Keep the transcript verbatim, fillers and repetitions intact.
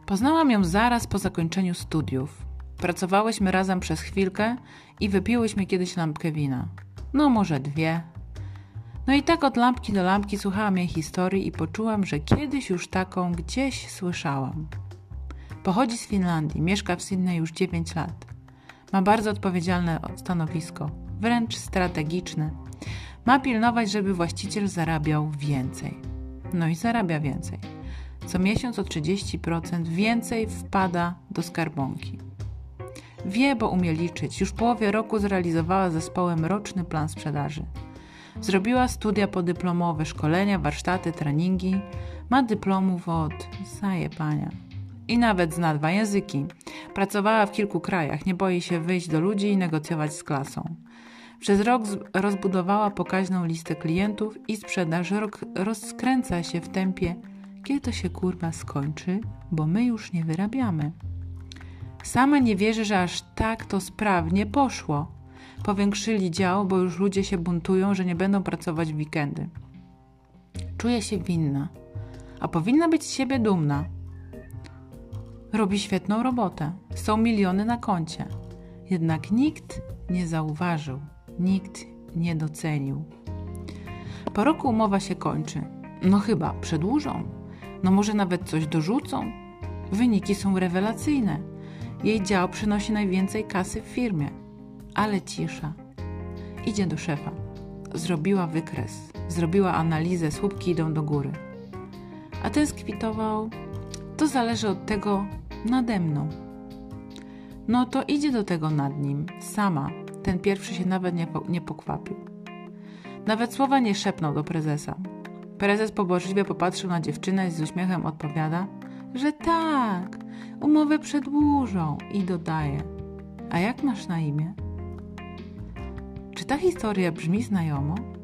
Poznałam ją zaraz po zakończeniu studiów. Pracowałyśmy razem przez chwilkę i wypiłyśmy kiedyś lampkę wina. No może dwie. No i tak od lampki do lampki słuchałam jej historii i poczułam, że kiedyś już taką gdzieś słyszałam. Pochodzi z Finlandii, mieszka w Sydney już dziewięć lat. Ma bardzo odpowiedzialne stanowisko, wręcz strategiczne. Ma pilnować, żeby właściciel zarabiał więcej. No i zarabia więcej. Co miesiąc o trzydzieści procent więcej wpada do skarbonki. Wie, bo umie liczyć. Już w połowie roku zrealizowała z zespołem roczny plan sprzedaży. Zrobiła studia podyplomowe, szkolenia, warsztaty, treningi. Ma dyplomów od zajebania. I nawet zna dwa języki. Pracowała w kilku krajach. Nie boi się wyjść do ludzi i negocjować z klasą. Przez rok rozbudowała pokaźną listę klientów i sprzedaż rok rozkręca się w tempie. Kiedy to się kurwa skończy, bo my już nie wyrabiamy. Sama nie wierzy, że aż tak to sprawnie poszło. Powiększyli dział, bo już ludzie się buntują, że nie będą pracować w weekendy. Czuje się winna, a powinna być z siebie dumna. Robi świetną robotę. Są miliony na koncie. Jednak nikt nie zauważył, nikt nie docenił. Po roku umowa się kończy. No chyba przedłużą. No może nawet coś dorzucą. Wyniki są rewelacyjne. Jej dział przynosi najwięcej kasy w firmie. Ale cisza. Idzie do szefa. Zrobiła wykres. Zrobiła analizę. Słupki idą do góry. A ten skwitował. To zależy od tego nade mną. No to idzie do tego nad nim. Sama. Ten pierwszy się nawet nie, po, nie pokwapił. Nawet słowa nie szepnął do prezesa. Prezes pobożliwie popatrzył na dziewczynę i z uśmiechem odpowiada, że tak, umowę przedłużą i dodaje. A jak masz na imię? Czy ta historia brzmi znajomo?